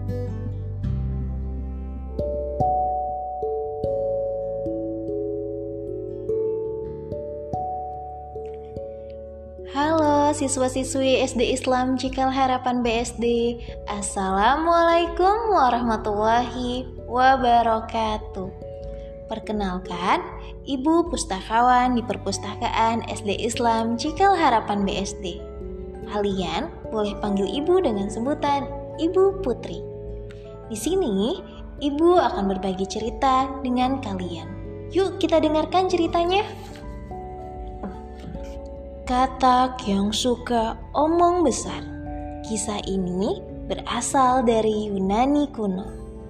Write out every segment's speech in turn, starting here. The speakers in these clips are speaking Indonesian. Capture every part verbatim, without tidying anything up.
Halo siswa-siswi S D Islam Cikal Harapan B S D. Assalamualaikum warahmatullahi wabarakatuh. Perkenalkan, Ibu Pustakawan di Perpustakaan S D Islam Cikal Harapan B S D. Kalian boleh panggil Ibu dengan sebutan Ibu Putri. Di sini, Ibu akan berbagi cerita dengan kalian. Yuk kita dengarkan ceritanya. Katak yang suka omong besar. Kisah ini berasal dari Yunani kuno.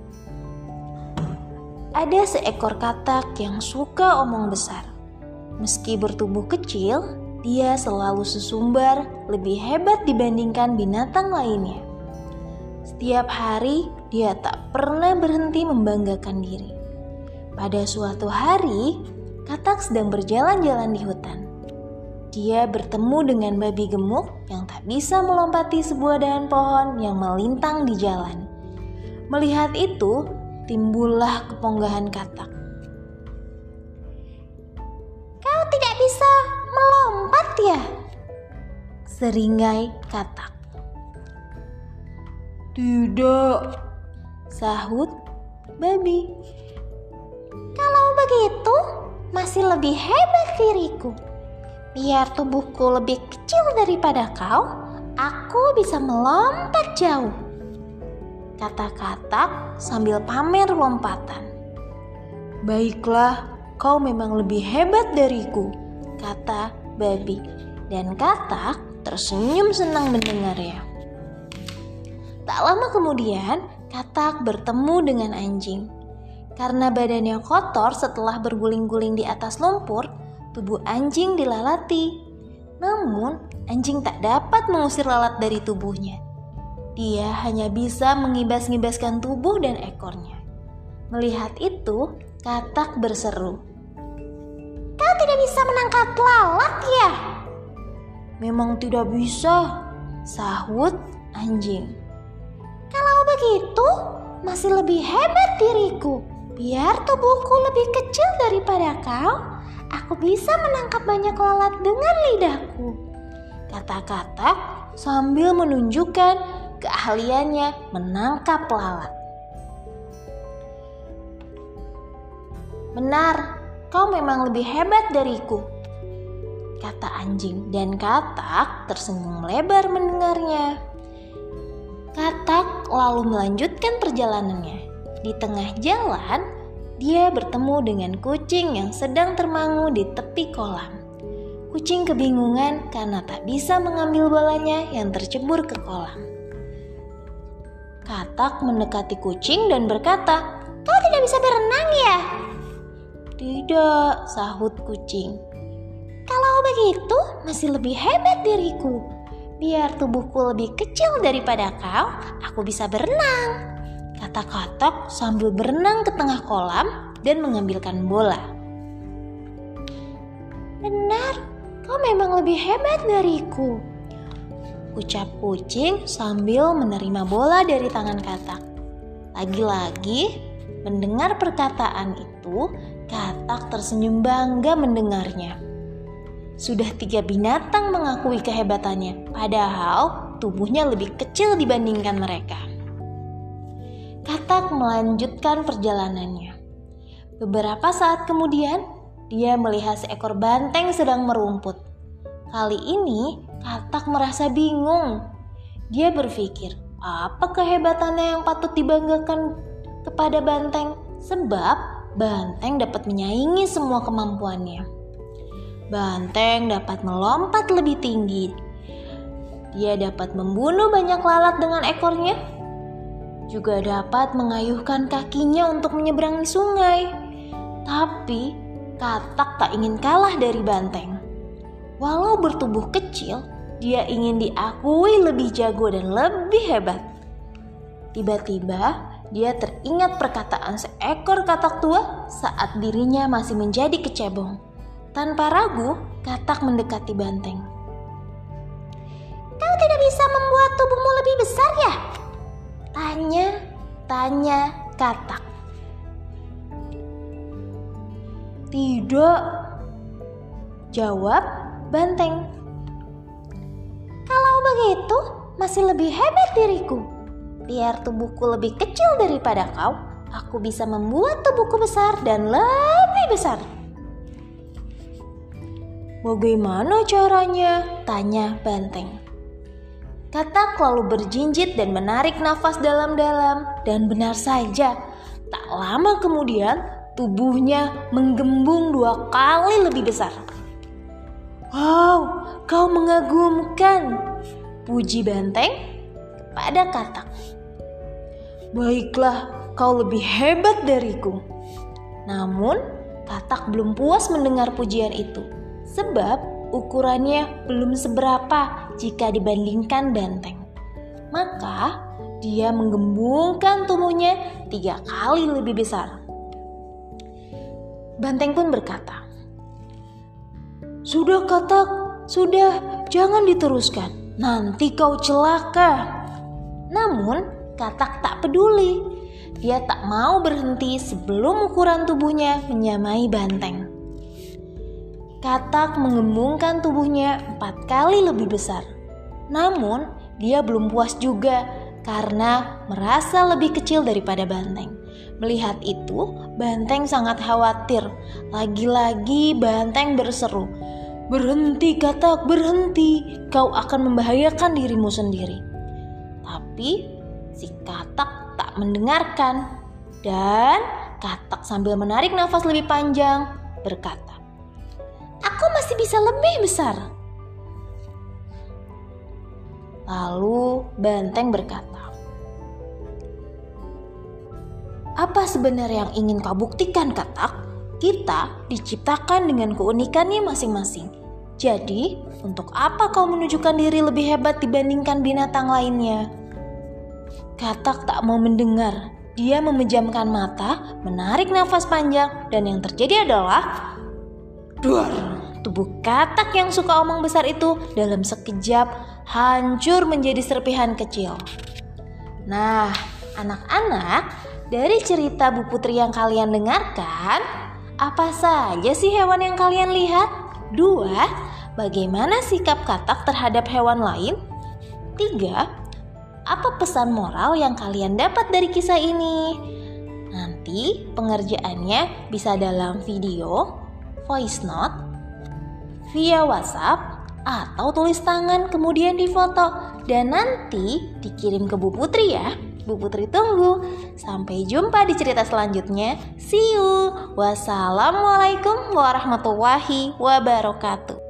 Ada seekor katak yang suka omong besar. Meski bertubuh kecil, dia selalu sesumbar lebih hebat dibandingkan binatang lainnya. Setiap hari, dia tak pernah berhenti membanggakan diri. Pada suatu hari, katak sedang berjalan-jalan di hutan. Dia bertemu dengan babi gemuk yang tak bisa melompati sebuah dahan pohon yang melintang di jalan. Melihat itu, timbullah keponggahan katak. "Kau tidak bisa melompat ya?" seringai katak. "Tidak," sahut babi. "Kalau begitu, masih lebih hebat diriku. Biar tubuhku lebih kecil daripada kau, aku bisa melompat jauh," kata katak sambil pamer lompatan. "Baiklah, kau memang lebih hebat dariku," kata babi. Dan katak tersenyum senang mendengarnya. Tak lama kemudian, katak bertemu dengan anjing. Karena badannya kotor setelah berguling-guling di atas lumpur, tubuh anjing dilalati. Namun, anjing tak dapat mengusir lalat dari tubuhnya. Dia hanya bisa mengibas-ngibaskan tubuh dan ekornya. Melihat itu, katak berseru, "Kau tidak bisa menangkap lalat ya?" "Memang tidak bisa," sahut anjing. "Kalau begitu, masih lebih hebat diriku. Biar tubuhku lebih kecil daripada kau, aku bisa menangkap banyak lalat dengan lidahku," kata katak sambil menunjukkan keahliannya menangkap lalat. "Benar, kau memang lebih hebat dariku," kata anjing, dan katak tersenyum lebar mendengarnya. Katak lalu melanjutkan perjalanannya. Di tengah jalan, dia bertemu dengan kucing yang sedang termangu di tepi kolam. Kucing kebingungan karena tak bisa mengambil bolanya yang tercebur ke kolam. Katak mendekati kucing dan berkata, "Kau tidak bisa berenang ya?" "Tidak," sahut kucing. "Kalau begitu, masih lebih hebat diriku. Biar tubuhku lebih kecil daripada kau, aku bisa berenang," kata katak sambil berenang ke tengah kolam dan mengambilkan bola. "Benar, kau memang lebih hebat dariku," ucap kucing sambil menerima bola dari tangan katak. Lagi-lagi, mendengar perkataan itu, katak tersenyum bangga mendengarnya. Sudah tiga binatang mengakui kehebatannya, padahal tubuhnya lebih kecil dibandingkan mereka. Katak melanjutkan perjalanannya. Beberapa saat kemudian, dia melihat seekor banteng sedang merumput. Kali ini, katak merasa bingung. Dia berpikir, apa kehebatannya yang patut dibanggakan kepada banteng? Sebab banteng dapat menyaingi semua kemampuannya. Banteng dapat melompat lebih tinggi. Dia dapat membunuh banyak lalat dengan ekornya. Juga dapat mengayuhkan kakinya untuk menyeberangi sungai. Tapi katak tak ingin kalah dari banteng. Walau bertubuh kecil, dia ingin diakui lebih jago dan lebih hebat. Tiba-tiba, dia teringat perkataan seekor katak tua saat dirinya masih menjadi kecebong. Tanpa ragu, katak mendekati banteng. "Kau tidak bisa membuat tubuhmu lebih besar ya?" tanya Katak. Tidak, jawab Banteng. Kalau begitu, masih lebih hebat diriku. Biar tubuhku lebih kecil daripada kau, aku bisa membuat tubuhku besar dan lebih besar. Bagaimana caranya? Tanya Banteng. Katak lalu berjinjit dan menarik nafas dalam-dalam. Dan benar saja, tak lama kemudian tubuhnya menggembung dua kali lebih besar. Wow, kau mengagumkan, puji Banteng kepada Katak. Baiklah, kau lebih hebat dariku. Namun, Katak belum puas mendengar pujian itu, sebab ukurannya belum seberapa jika dibandingkan Banteng. Maka, dia menggembungkan tubuhnya tiga kali lebih besar. Banteng pun berkata, "Sudah Katak, sudah, jangan diteruskan. Nanti kau celaka." Namun, Katak tak peduli. Dia tak mau berhenti sebelum ukuran tubuhnya menyamai Banteng. Katak menggembungkan tubuhnya empat kali lebih besar. Namun, dia belum puas juga karena merasa lebih kecil daripada Banteng. Melihat itu, Banteng sangat khawatir. Lagi-lagi Banteng berseru, "Berhenti Katak, berhenti. Kau akan membahayakan dirimu sendiri." Tapi si Katak tak mendengarkan. Dan Katak sambil menarik nafas lebih panjang berkata, "Aku masih bisa lebih besar." Lalu Banteng berkata, "Apa sebenarnya yang ingin kau buktikan, Katak? Kita diciptakan dengan keunikannya masing-masing. Jadi, untuk apa kau menunjukkan diri lebih hebat dibandingkan binatang lainnya?" Katak tak mau mendengar. Dia memejamkan mata, menarik nafas panjang, dan yang terjadi adalah duar. Tubuh Katak yang suka omong besar itu dalam sekejap hancur menjadi serpihan kecil. Nah, anak-anak, dari cerita Bu Putri yang kalian dengarkan, apa saja sih hewan yang kalian lihat? Dua, bagaimana sikap Katak terhadap hewan lain? Tiga, apa pesan moral yang kalian dapat dari kisah ini? Nanti pengerjaannya bisa dalam video, voice note, via WhatsApp, atau tulis tangan kemudian difoto dan nanti dikirim ke Bu Putri ya. Bu Putri tunggu. Sampai jumpa di cerita selanjutnya. See you. Wassalamualaikum warahmatullahi wabarakatuh.